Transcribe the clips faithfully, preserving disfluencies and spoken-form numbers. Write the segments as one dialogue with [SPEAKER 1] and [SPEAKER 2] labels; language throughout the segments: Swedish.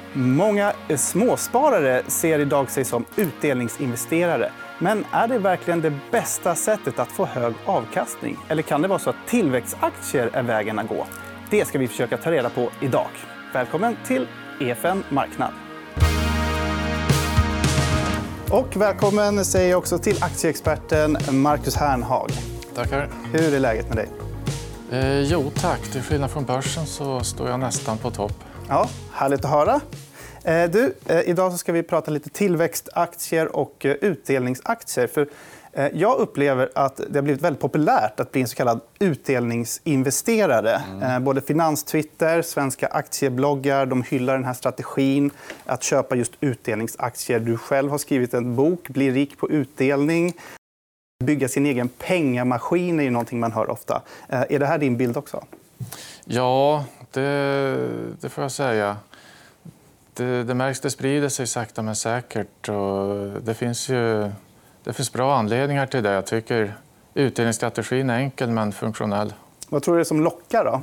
[SPEAKER 1] Många småsparare ser idag sig som utdelningsinvesterare. Men är det verkligen det bästa sättet att få hög avkastning? Eller kan det vara så att tillväxtaktier är vägen att gå? Det ska vi försöka ta reda på idag. Välkommen till E F N Marknad. Och välkommen säger jag också till aktieexperten Marcus Hernhag.
[SPEAKER 2] Tackar.
[SPEAKER 1] Hur är läget med dig?
[SPEAKER 2] Eh, jo tack, till skillnad från börsen så står jag nästan på topp.
[SPEAKER 1] Ja, härligt att höra. Eh, du, eh, idag så ska vi prata lite tillväxtaktier och eh, utdelningsaktier. För eh, jag upplever att det har blivit väldigt populärt att bli en så kallad utdelningsinvesterare. Mm. Eh, både Finanstwitter, svenska aktiebloggar, de hyllar den här strategin att köpa just utdelningsaktier. Du själv har skrivit en bok, Bli rik på utdelning. Bygga sin egen pengamaskin är ju någonting man hör ofta. Eh, är det här din bild också?
[SPEAKER 2] Ja, det, det får jag säga. Det, det märks, det sprider sig sakta men säkert. Och det, finns ju, det finns bra anledningar till det. Jag tycker utdelningsstrategin är enkel men funktionell.
[SPEAKER 1] Vad tror du är som lockar då?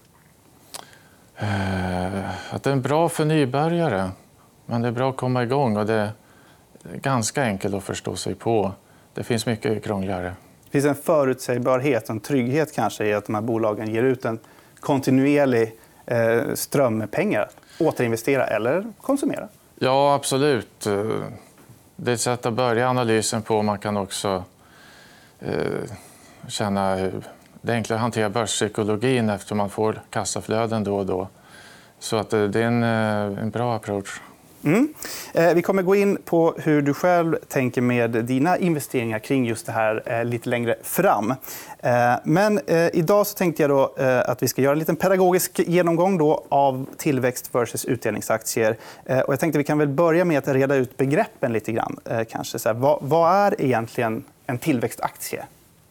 [SPEAKER 2] Eh, att det är en bra för nybörjare. Men det är bra att komma igång och det är ganska enkelt att förstå sig på. Det finns mycket krångligare.
[SPEAKER 1] Det finns en förutsägbarhet och en trygghet kanske i att de här bolagen ger ut en kontinuerlig eh, ström med pengar. Återinvestera eller konsumera.
[SPEAKER 2] Ja, absolut. Det är ett sätt att börja analysen på. Man kan också eh, känna det är enklare att hantera börspsykologin efter man får kassaflöden då och då. Så att det är en, en bra approach.
[SPEAKER 1] Mm. Eh, vi kommer gå in på hur du själv tänker med dina investeringar kring just det här eh, lite längre fram. Eh, men eh, idag så tänkte jag då, eh, att vi ska göra en liten pedagogisk genomgång då av tillväxt versus utdelningsaktier. Eh, och jag tänkte vi kan väl börja med att reda ut begreppen lite grann. Eh, kanske. Så här, vad, vad är egentligen en tillväxtaktie?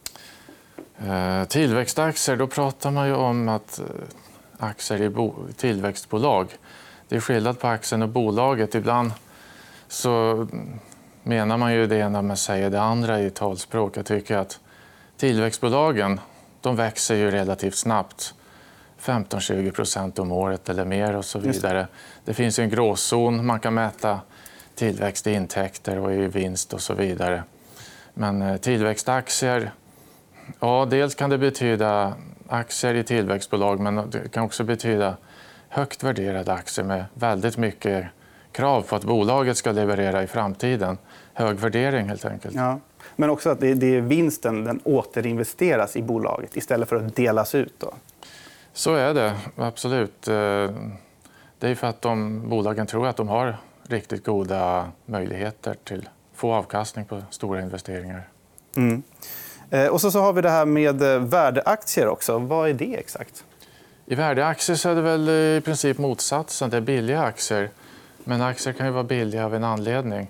[SPEAKER 2] Eh, tillväxtaktier, då pratar man ju om att eh, aktier i bo- tillväxtbolag. Det är skillnad på aktien och bolaget. Ibland så menar man ju det ena men säger det andra i talspråk. Jag tycker att tillväxtbolagen de växer ju relativt snabbt. femton till tjugo procent om året eller mer och så vidare. Det. det finns en gråzon. Man kan mäta tillväxt i intäkter och i vinst och så vidare. Men tillväxtaktier, ja, dels kan det betyda aktier i tillväxtbolag men det kan också betyda högt värderade aktier med väldigt mycket krav på att bolaget ska leverera i framtiden. Hög värdering helt enkelt. Ja.
[SPEAKER 1] Men också att det är vinsten den återinvesteras i bolaget istället för att delas ut. Då.
[SPEAKER 2] Så är det, absolut. Det är för att de, bolagen tror att de har riktigt goda möjligheter till att få avkastning på stora investeringar.
[SPEAKER 1] Mm. Och så, så har vi det här med värdeaktier också. Vad är det exakt?
[SPEAKER 2] I värdeaktier så är det väl i princip motsatsen. Det är billiga aktier. Men aktier kan ju vara billiga av en anledning.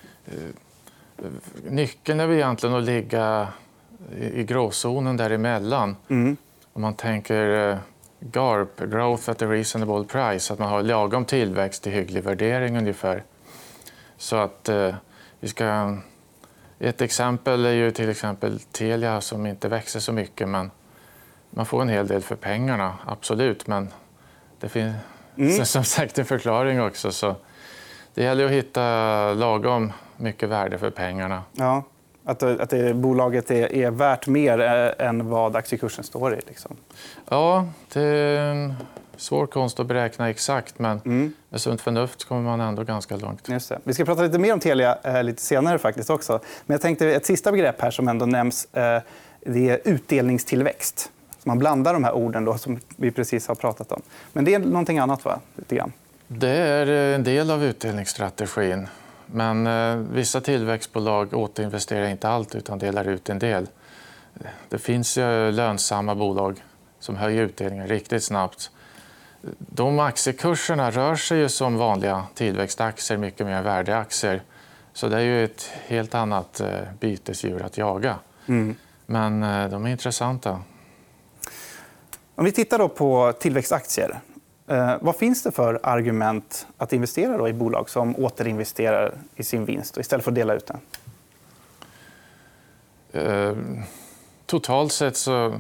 [SPEAKER 2] Nyckeln är väl egentligen att ligga i gråzonen däremellan. Mm. Om man tänker G A R P, Growth at a Reasonable Price, att man har lagom tillväxt till hygglig värdering ungefär. Så att eh, vi ska... Ett exempel är ju till exempel Telia som inte växer så mycket men man får en hel del för pengarna, absolut. Men det finns mm. som sagt en förklaring också. Så det gäller att hitta lagom mycket värde för pengarna.
[SPEAKER 1] Ja, att, att det, bolaget är, är värt mer än vad aktiekursen står i. Liksom.
[SPEAKER 2] Ja, det är en svår konst att beräkna exakt. Men mm. med sunt förnuft kommer man ändå ganska långt.
[SPEAKER 1] Just det. Vi ska prata lite mer om Telia eh, lite senare faktiskt också. Men jag tänkte ett sista begrepp här som ändå nämns. Eh, det är utdelningstillväxt. Man blandar de här orden då, som vi precis har pratat om. Men det är någonting annat, va? Lite grann.
[SPEAKER 2] Det är en del av utdelningsstrategin. Men eh, vissa tillväxtbolag återinvesterar inte allt utan delar ut en del. Det finns ju lönsamma bolag som höjer utdelningen riktigt snabbt. De aktiekurserna rör sig ju som vanliga tillväxtaktier mycket mer än värdeaktier. Så det är ju ett helt annat eh, bytesdjur att jaga. Mm. Men eh, de är intressanta.
[SPEAKER 1] Om vi tittar då på tillväxtaktier, eh, vad finns det för argument att investera då i bolag som återinvesterar i sin vinst istället för att dela ut den?
[SPEAKER 2] Eh, totalt sett så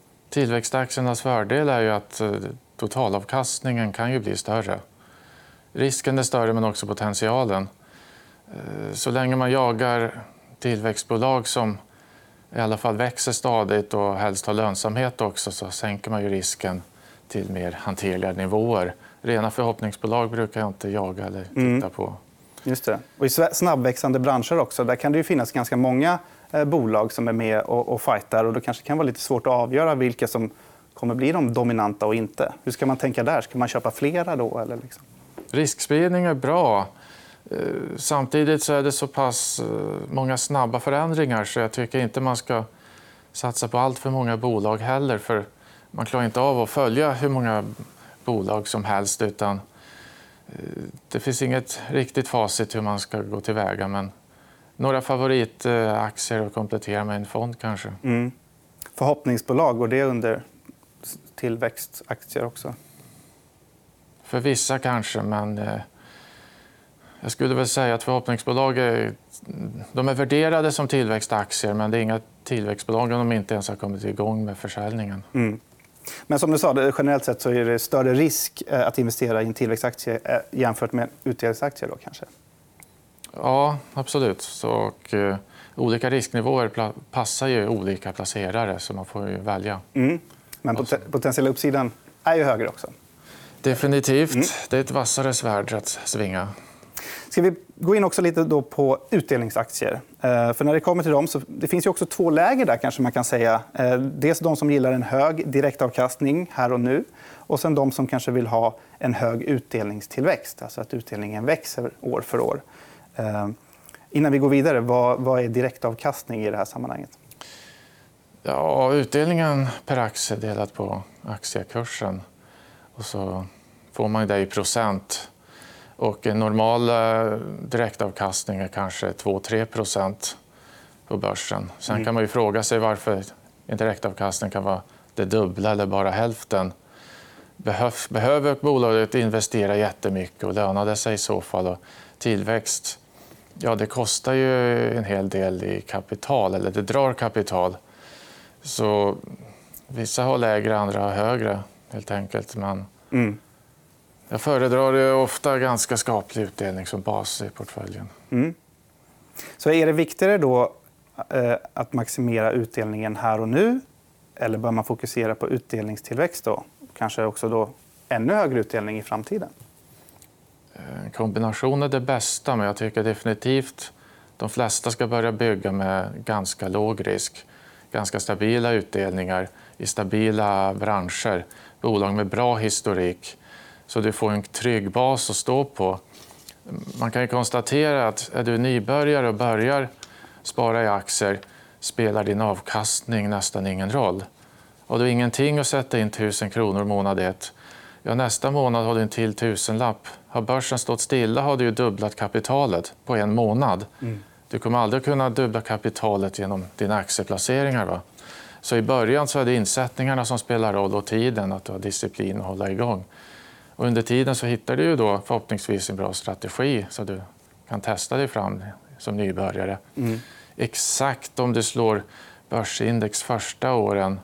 [SPEAKER 2] tillväxtaktiernas fördel är ju att eh, totalavkastningen kan ju bli större. risken är större men också potentialen. Så länge man jagar tillväxtbolag som i alla fall växer stadigt och helst har lönsamhet också, så sänker man ju risken till mer hanterliga nivåer. Rena förhoppningsbolag brukar jag inte jaga eller titta mm. på.
[SPEAKER 1] Just det. Och i snabbväxande branscher också, där kan det ju finnas ganska många eh, bolag som är med och, och fightar, och då kanske kan vara lite svårt att avgöra vilka som kommer bli de dominanta och inte. Hur ska man tänka där? Ska man köpa flera då? Eller liksom?
[SPEAKER 2] Riskspridning är bra. Samtidigt så är det så pass många snabba förändringar så jag tycker inte man ska satsa på allt för många bolag heller, för man klarar inte av att följa hur många bolag som helst, utan det finns inget riktigt facit hur man ska gå tillväga, men några favoritaktier att komplettera med en fond kanske.
[SPEAKER 1] Mm. Förhoppningsbolag, går det under tillväxtaktier också?
[SPEAKER 2] För vissa kanske, men jag skulle väl säga att förhoppningsbolag är, de är värderade som tillväxtaktier, men det är inga tillväxtbolag om de inte ens har kommit igång med försäljningen.
[SPEAKER 1] Mm. Men som du sa, generellt sett så är det större risk att investera i en tillväxtaktie jämfört med utdelningsaktier då kanske?
[SPEAKER 2] Ja, absolut. Så, och, uh, olika risknivåer pla- passar ju olika placerare, så man får ju välja.
[SPEAKER 1] Mm. Men pot- potentiella uppsidan är ju högre också?
[SPEAKER 2] Definitivt. Mm. Det är ett vassare svärd att svinga.
[SPEAKER 1] Ska vi gå in också lite då på utdelningsaktier? För när det kommer till dem så det finns ju också två läger där kanske man kan säga. Dels de som gillar en hög direktavkastning här och nu, och sen de som kanske vill ha en hög utdelningstillväxt, alltså att utdelningen växer år för år. Innan vi går vidare, vad, vad är direktavkastning i det här sammanhanget?
[SPEAKER 2] Ja, utdelningen per aktie delat på aktiekursen, och så får man det i procent. Och en normal direktavkastning är kanske två till tre procent på börsen. Sen kan man ju fråga sig varför en direktavkastning kan vara det dubbla eller bara hälften. Behöv, behöver bolaget investera jättemycket och löna det sig i så fall? Och tillväxt, ja, det kostar ju en hel del i kapital, eller det drar kapital. Så vissa har lägre, andra har högre helt enkelt. Men mm. jag föredrar ju ofta ganska skaplig utdelning som bas i portföljen.
[SPEAKER 1] Mm. Så är det viktigare då eh, att maximera utdelningen här och nu, eller bör man fokusera på utdelningstillväxt då? Kanske också då ännu högre utdelning i framtiden?
[SPEAKER 2] En kombination är det bästa, men jag tycker definitivt de flesta ska börja bygga med ganska låg risk. Ganska stabila utdelningar i stabila branscher. Bolag med bra historik. Så du får en trygg bas att stå på. Man kan ju konstatera att är du nybörjare och börjar spara i aktier spelar din avkastning nästan ingen roll. Har du ingenting att sätta in tusen kronor månad ett, ja, nästa månad har du en till tusenlapp. Har börsen stått stilla har du ju dubblat kapitalet på en månad. Mm. Du kommer aldrig kunna dubbla kapitalet genom dina aktieplaceringar. Va? Så i början så är det insättningarna som spelar roll och tiden, att du har disciplin att hålla igång. Och under tiden så hittar du ju då förhoppningsvis en bra strategi så du kan testa dig fram som nybörjare. Mm. Exakt om du slår börsindex första åren,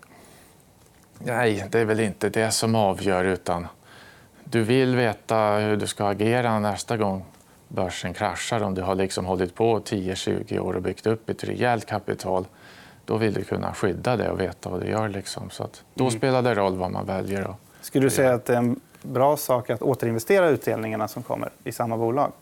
[SPEAKER 2] nej, det är väl inte det som avgör, utan du vill veta hur du ska agera nästa gång börsen kraschar. Om du har liksom hållit på tio till tjugo år och byggt upp ett rejält kapital, då vill du kunna skydda det och veta vad du gör. Liksom. Så att då mm. spelar det roll vad man väljer. Och
[SPEAKER 1] skulle du säga att det är en bra sak att återinvestera utdelningarna som kommer i samma bolag?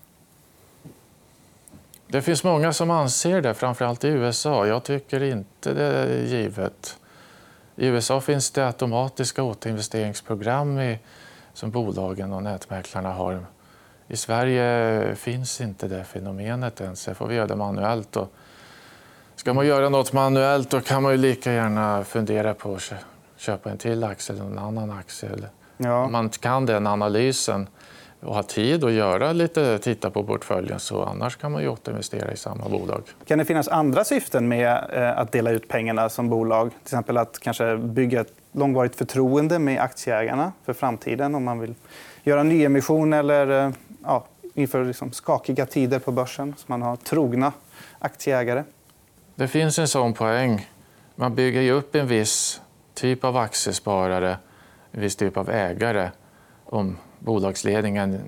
[SPEAKER 2] Det finns många som anser det, framförallt i U S A. Jag tycker inte det är givet. I U S A finns det automatiska återinvesteringsprogram i, som bolagen och nätmäklarna har. I Sverige finns inte det fenomenet ens. Så får vi göra det manuellt. Och ska man göra något manuellt då kan man ju lika gärna fundera på att köpa en till aktie eller någon annan aktie. Ja. Om man kan den analysen och har tid att göra lite, titta på portföljen, så annars kan man ju återinvestera i samma bolag. Kan
[SPEAKER 1] det finnas andra syften med att dela ut pengarna som bolag? Till exempel att kanske bygga ett långvarigt förtroende med aktieägarna för framtiden, om man vill göra en nyemission eller ja, inför liksom skakiga tider på börsen så man har trogna aktieägare.
[SPEAKER 2] Det finns en sån poäng. Man bygger ju upp en viss typ av aktiesparare, en viss typ av ägare, om bolagsledningen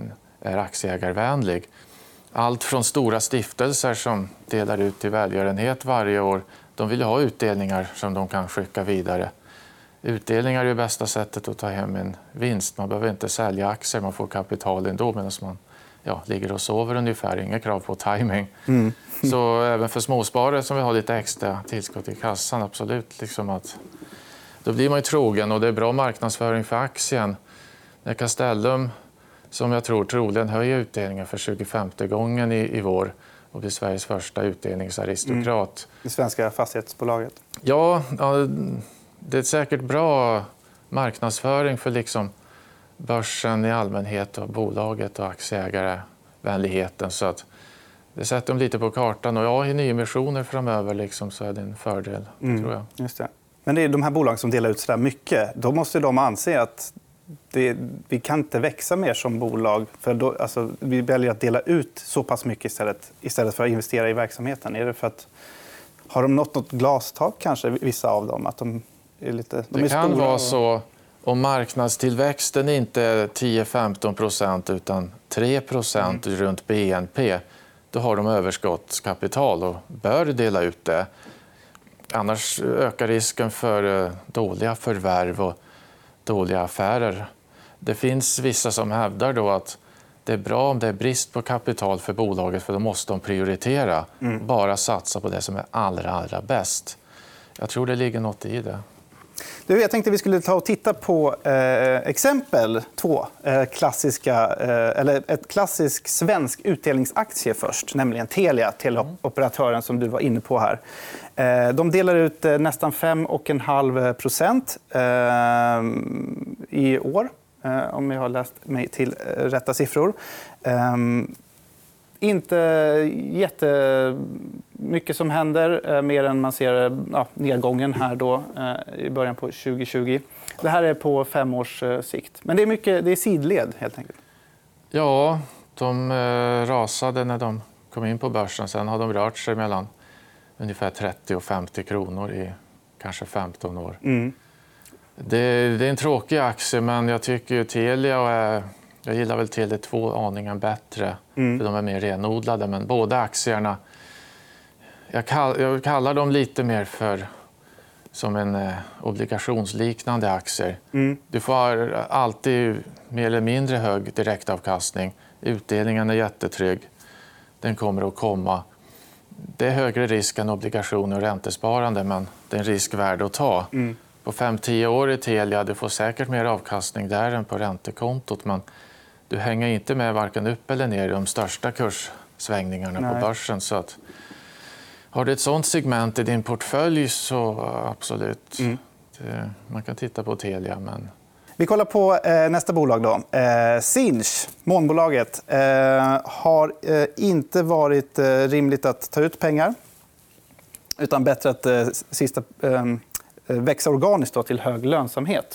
[SPEAKER 2] är aktieägarvänlig. Allt från stora stiftelser som delar ut till välgörenhet varje år. De vill ha utdelningar som de kan skicka vidare. Utdelningar är det bästa sättet att ta hem en vinst. Man behöver inte sälja aktier, man får kapital ändå medan man ja, ligger och sover ungefär. Inga krav på timing. Mm. Så även för småsparare som vill ha lite extra tillskott i kassan, absolut. Liksom att, då blir man ju trogen och det är bra marknadsföring för aktien. När Castellum, som jag tror troligen höjer utdelningen för tjugofemte gången i, i vår och blir Sveriges första utdelningsaristokrat.
[SPEAKER 1] Mm. Det svenska fastighetsbolaget.
[SPEAKER 2] Ja, ja, det är säkert bra marknadsföring för liksom börsen i allmänhet och bolaget och aktieägarvänligheten. Så att det sätter dem lite på kartan. Och ja, i nyemissioner framöver liksom, så är det en fördel, mm. tror jag.
[SPEAKER 1] Just det. Men det är de här bolagen som delar ut så där mycket. Då måste de anse att det, vi kan inte växa mer som bolag. För då, alltså, vi väljer att dela ut så pass mycket istället, istället för att investera i verksamheten. Är det för att, har de nått något glastak kanske, vissa av dem? Att de är lite, de är
[SPEAKER 2] det kan
[SPEAKER 1] stora
[SPEAKER 2] vara
[SPEAKER 1] och...
[SPEAKER 2] så om marknadstillväxten inte är tio till femton procent utan tre procent mm. runt B N P. Då har de överskottskapital och bör dela ut det. Annars ökar risken för dåliga förvärv och dåliga affärer. Det finns vissa som hävdar då att det är bra om det är brist på kapital för bolaget för då måste de prioritera. Mm. Bara satsa på det som är allra, allra bäst. Jag tror det ligger något i det.
[SPEAKER 1] Du, jag tänkte vi skulle ta och titta på eh, exempel två. Eh, klassiska, eh, eller ett klassisk svensk utdelningsaktie först, nämligen Telia, teleoperatören som du var inne på här. Eh, de delar ut eh, nästan fem komma fem procent eh, i år, eh, om jag har läst mig till eh, rätta siffror. Eh, inte jättemycket som händer, eh, mer än man ser ja, nedgången här då, eh, i början på tjugo tjugo. Det här är på fem års eh, sikt. Men det är, mycket, det är sidled, helt enkelt.
[SPEAKER 2] Ja, de eh, rasade när de kom in på börsen. Sen har de rört sig mellan ungefär trettio och femtio kronor i kanske femton år. Mm. Det, det är en tråkig aktie, men jag tycker ju Telia och är... Jag gillar väl Telia två aningen bättre, mm. för de är mer renodlade. Men båda aktierna, jag, kall, jag kallar dem lite mer för som en eh, obligationsliknande aktier. Mm. Du får alltid mer eller mindre hög direktavkastning. Utdelningen är jättetrygg. Den kommer att komma. Det är högre risk än obligationer och räntesparande, men det är en risk värd att ta. Mm. På fem till tio år i Telia, du får säkert mer avkastning där än på räntekontot, men du hänger inte med varken upp eller ner i de största kurssvängningarna Nej. på börsen. Så att, har du ett sånt segment i din portfölj så absolut. Mm. Det, man kan titta på Telia. Men...
[SPEAKER 1] Vi kollar på eh, nästa bolag. Då. Eh, Sinch, månbolaget, eh, har eh, inte varit eh, rimligt att ta ut pengar. Utan bättre att eh, sista, eh, växa organiskt då, till hög lönsamhet.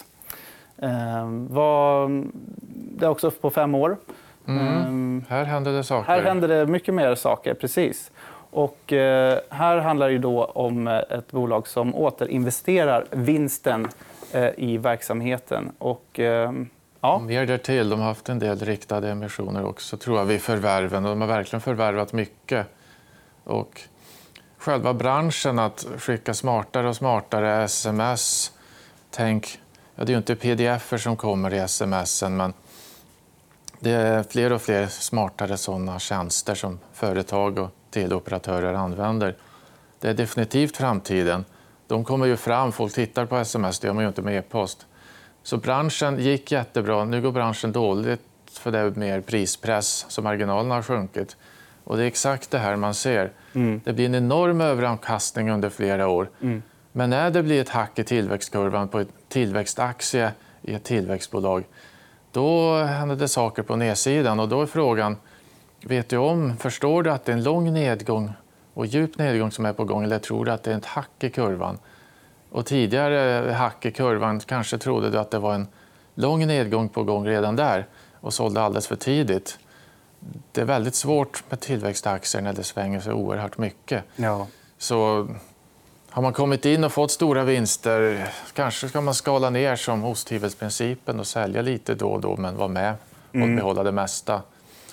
[SPEAKER 1] Eh, var, det är också på fem år.
[SPEAKER 2] Mm. Eh, här händer det saker.
[SPEAKER 1] Här händer det mycket mer saker, precis. Och, eh, här handlar det då om ett bolag som återinvesterar vinsten eh, i verksamheten. Och, eh, ja.
[SPEAKER 2] Mer därtill, de har haft en del riktade emissioner också, tror jag, vid förvärven. De har verkligen förvärvat mycket. Och själva branschen att skicka smartare och smartare sms. Tänk, ja, det är ju inte pdf-er som kommer i smsen, men det är fler och fler smartare sådana tjänster som företag och teleoperatörer använder. Det är definitivt framtiden. De kommer ju fram, folk tittar på sms, det gör man ju inte med e-post. Så branschen gick jättebra, nu går branschen dåligt för det är mer prispress, så marginalerna har sjunkit. Och det är exakt det här man ser. Mm. Det blir en enorm överavkastning under flera år. Mm. Men när det blir ett hack i tillväxtkurvan på en tillväxtaktie i ett tillväxtbolag, då händer det saker på nedsidan. Och då är frågan, vet du om, förstår du att det är en lång nedgång och djup nedgång som är på gång, eller tror du att det är ett hack i kurvan? Och tidigare hack i kurvan kanske trodde du att det var en lång nedgång på gång redan där och sålde alldeles för tidigt. Det är väldigt svårt med tillväxtaktier när det svänger så oerhört mycket. Ja. Så har man kommit in och fått stora vinster, kanske ska man skala ner som osthyvelsprincipen och sälja lite då och då, men vara med och mm. behålla det mesta.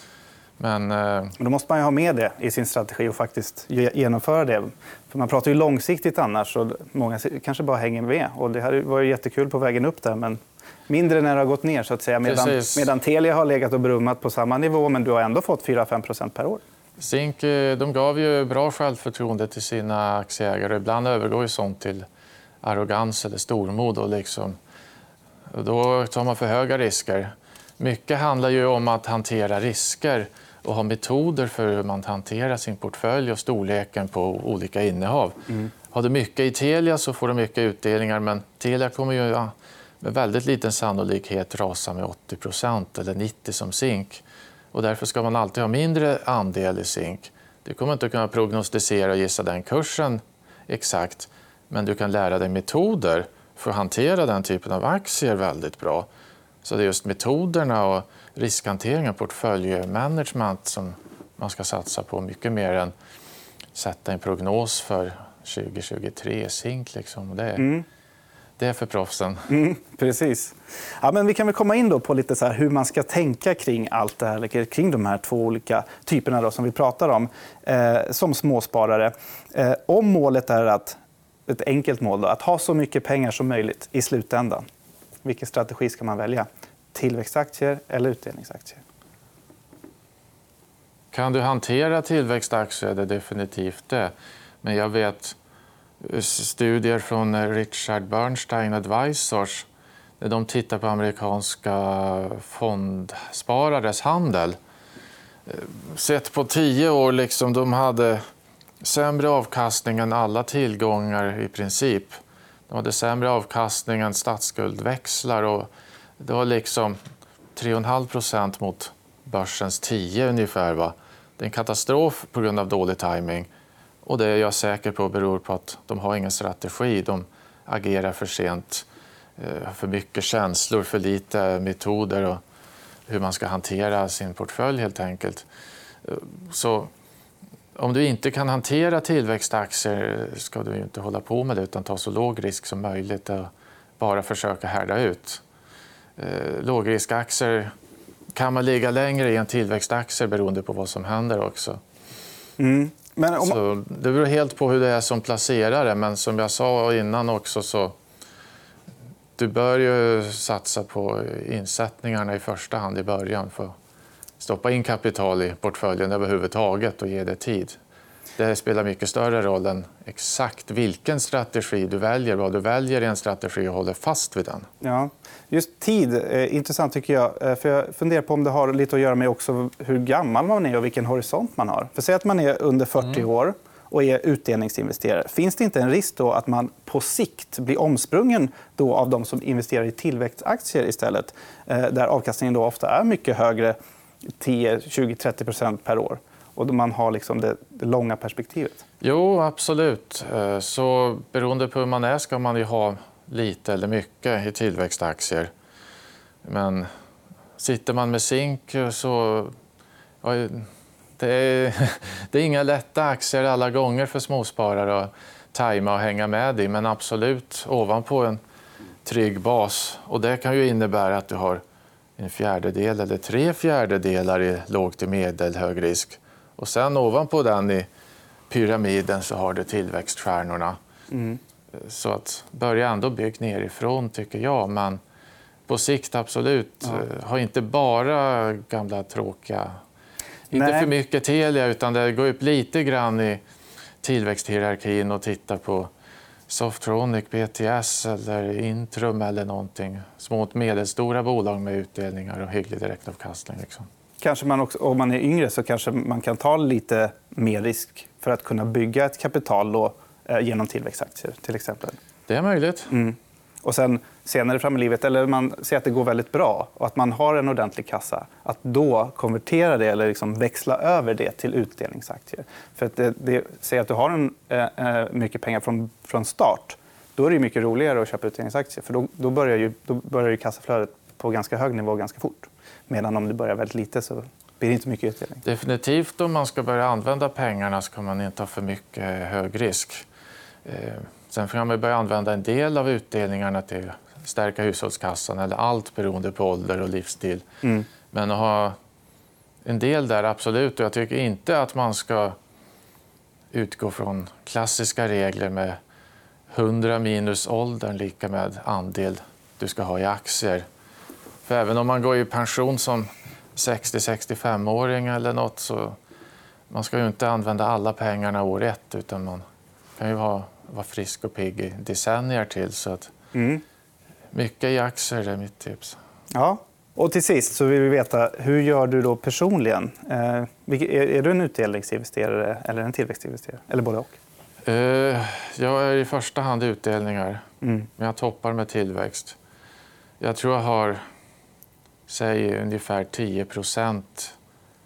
[SPEAKER 2] Men, eh...
[SPEAKER 1] Då måste man ju ha med det i sin strategi och faktiskt genomföra det. För man pratar ju långsiktigt annars och många kanske bara hänger med. Och det här var ju jättekul på vägen upp där, men mindre när det har gått ner så att säga. Medan, medan Telia har legat och brummat på samma nivå, men du har ändå fått fyra till fem procent per år.
[SPEAKER 2] Zink, de gav ju bra självförtroende till sina aktieägare. Ibland övergår ju sånt till arrogans eller stormod. Och liksom, och då tar man för höga risker. Mycket handlar ju om att hantera risker och ha metoder för hur man hanterar sin portfölj och storleken på olika innehav. Mm. Har du mycket i Telia så får du mycket utdelningar, men Telia kommer ju ja, med väldigt liten sannolikhet rasa med åttio procent eller nittio procent som Zink. Och därför ska man alltid ha mindre andel i Zink. Du kommer inte att kunna prognostisera och gissa den kursen exakt, men du kan lära dig metoder för att hantera den typen av aktier väldigt bra. Så det är just metoderna och riskhantering och portföljmanagement som man ska satsa på mycket mer än sätta en prognos för tjugo tjugotre Zink. Liksom. Det, är, mm. det är för proffsen.
[SPEAKER 1] Mm, precis. Ja, men vi kan väl komma in då på lite så här hur man ska tänka kring allt det här, kring de här två olika typerna då som vi pratar om eh, som småsparare. Eh, om målet är att, ett enkelt mål då, att ha så mycket pengar som möjligt i slutändan. Vilken strategi ska man välja? Tillväxtaktier eller utdelningsaktier?
[SPEAKER 2] Kan du hantera tillväxtaktier är det definitivt det. Men jag vet studier från Richard Bernstein Advisors när de tittar på amerikanska fondsparares handel. Sett på tio år, liksom, de hade sämre avkastning än alla tillgångar i princip. De hade sämre avkastning än statsskuldväxlar och det var liksom tre komma fem procent mot börsens tio ungefär. Va? Det är en katastrof på grund av dålig timing. Och det är jag säker på beror på att de har ingen strategi. De agerar för sent, för mycket känslor, för lite metoder och hur man ska hantera sin portfölj helt enkelt. Så om du inte kan hantera tillväxtaktier ska du inte hålla på med det utan ta så låg risk som möjligt och bara försöka härda ut. Lågriskaktier kan man ligga längre i en tillväxtaktier beroende på vad som händer också. Mm. Men om... så det beror helt på hur det är som placerare, men som jag sa innan också så du bör ju satsa på insättningarna i första hand i början för att stoppa in kapital i portföljen överhuvudtaget och ge det tid. Det spelar mycket större roll än exakt vilken strategi du väljer, vad du väljer i en strategi och håller fast vid den.
[SPEAKER 1] Ja, just tid är intressant tycker jag. För jag funderar på om det har lite att göra med också hur gammal man är och vilken horisont man har. För säg att man är under fyrtio mm. år och är utdelningsinvesterare. Finns det inte en risk då att man på sikt blir omsprungen då av de som investerar i tillväxtaktier istället? Där avkastningen då ofta är mycket högre, tio, tjugo, trettio procent per år. Och man har liksom det, det långa perspektivet.
[SPEAKER 2] Jo, absolut. Så beroende på hur man är ska man ju ha lite eller mycket i tillväxtaktier. Men sitter man med Zink så... Ja, det, är, det är inga lätta aktier alla gånger för småsparare att tajma och hänga med i. Men absolut ovanpå en trygg bas. Och det kan ju innebära att du har en fjärdedel eller tre fjärdedelar i låg till medel hög risk. Och sen ovanpå den i pyramiden så har du tillväxtstjärnorna. Mm. Så att börja ändå bygga nerifrån tycker jag. Men på sikt absolut. Ja. Ha inte bara gamla tråkiga... Inte Nej. för mycket Telia utan det går upp lite grann i tillväxthierarkin och titta på Softronic, B T S eller Intrum eller någonting. Små och medelstora bolag med utdelningar och hygglig direktavkastning. Liksom.
[SPEAKER 1] Kanske man också, om man är yngre så kanske man kan ta lite mer risk för att kunna bygga ett kapital då, eh, genom tillväxtaktier till exempel.
[SPEAKER 2] Det är möjligt.
[SPEAKER 1] Mm. Och sen senare fram i livet, eller man ser att det går väldigt bra och att man har en ordentlig kassa, att då konvertera det eller liksom växla över det till utdelningsaktier. För att det, det säger att du har en, eh, mycket pengar från, från start, då är det mycket roligare att köpa utdelningsaktier. För då, då börjar ju, då börjar ju kassaflödet på ganska hög nivå ganska fort. Medan om det börjar väldigt lite så blir det inte mycket utdelning.
[SPEAKER 2] Definitivt om man ska börja använda pengarna så kan man inte ha för mycket hög risk. Eh, sen kan man börja använda en del av utdelningarna till att stärka hushållskassan eller allt beroende på ålder och livsstil. Mm. Men att ha en del där, absolut. Och jag tycker inte att man ska utgå från klassiska regler med hundra minus åldern lika med andel du ska ha i aktier. För även om man går i pension som sextio sextiofem-åring eller något, så man ska ju inte använda alla pengarna år ett, utan man kan ju ha, vara frisk och pigg i decennier till. Så att mm. mycket i aktier är mitt tips.
[SPEAKER 1] Ja. Och till sist så vill vi veta, hur gör du då personligen? Eh, är, är du en utdelningsinvesterare eller en tillväxtinvesterare? Eller både och?
[SPEAKER 2] Eh, jag är i första hand utdelningar, mm. men jag toppar med tillväxt. Jag tror jag har, säg ungefär tio procent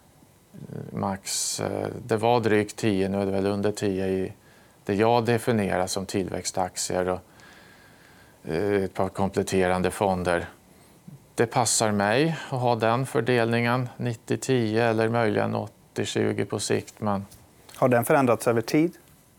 [SPEAKER 2] max. Det var drygt tio, nu är det väl under tio i det jag definierar som tillväxtaktier och ett par kompletterande fonder. Det passar mig att ha den fördelningen, nittio tio eller möjligen åttio tjugo på sikt. Men...
[SPEAKER 1] Har den förändrats över tid?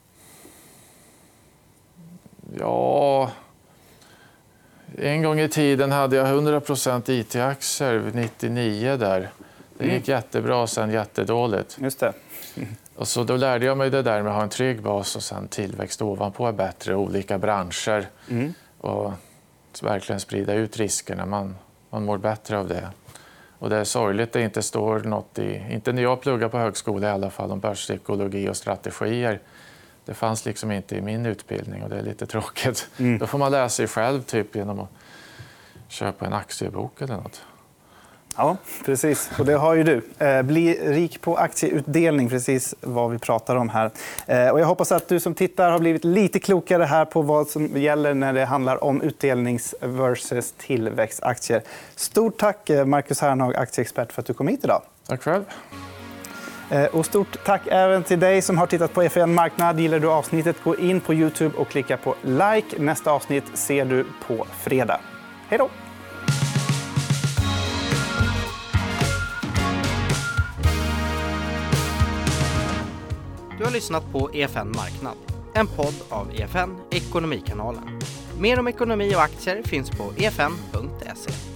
[SPEAKER 2] Ja, en gång i tiden hade jag hundra procent I T-aktier, nittionio där. Det gick mm. jättebra, sen jättedåligt.
[SPEAKER 1] Just det.
[SPEAKER 2] Mm. Och så då lärde jag mig det där med att ha en trygg bas och sen tillväxt ovanpå är bättre, olika branscher. Mm. Och verkligen sprida ut riskerna. Man, man mår bättre av det. Och det är sorgligt att det inte står något i, inte när jag pluggar på högskola i alla fall, om börspsykologi och strategier. Det fanns liksom inte i min utbildning och det är lite tråkigt. Mm. Då får man lära sig själv typ genom att köpa en aktiebok eller något.
[SPEAKER 1] Ja, precis. Och det har ju du. Bli rik på aktieutdelning, precis vad vi pratar om här. Och jag hoppas att du som tittar har blivit lite klokare här på vad som gäller när det handlar om utdelnings versus tillväxtaktier. Stort tack, Marcus Hernhag, aktieexpert, för att du kom hit idag.
[SPEAKER 2] Tack själv.
[SPEAKER 1] Och stort tack även till dig som har tittat på E F N Marknad. Gillar du avsnittet, gå in på YouTube och klicka på like. Nästa avsnitt ser du på fredag. Hej då!
[SPEAKER 3] Du har lyssnat på E F N Marknad, en podd av E F N Ekonomikanalen. Mer om ekonomi och aktier finns på e f n punkt se.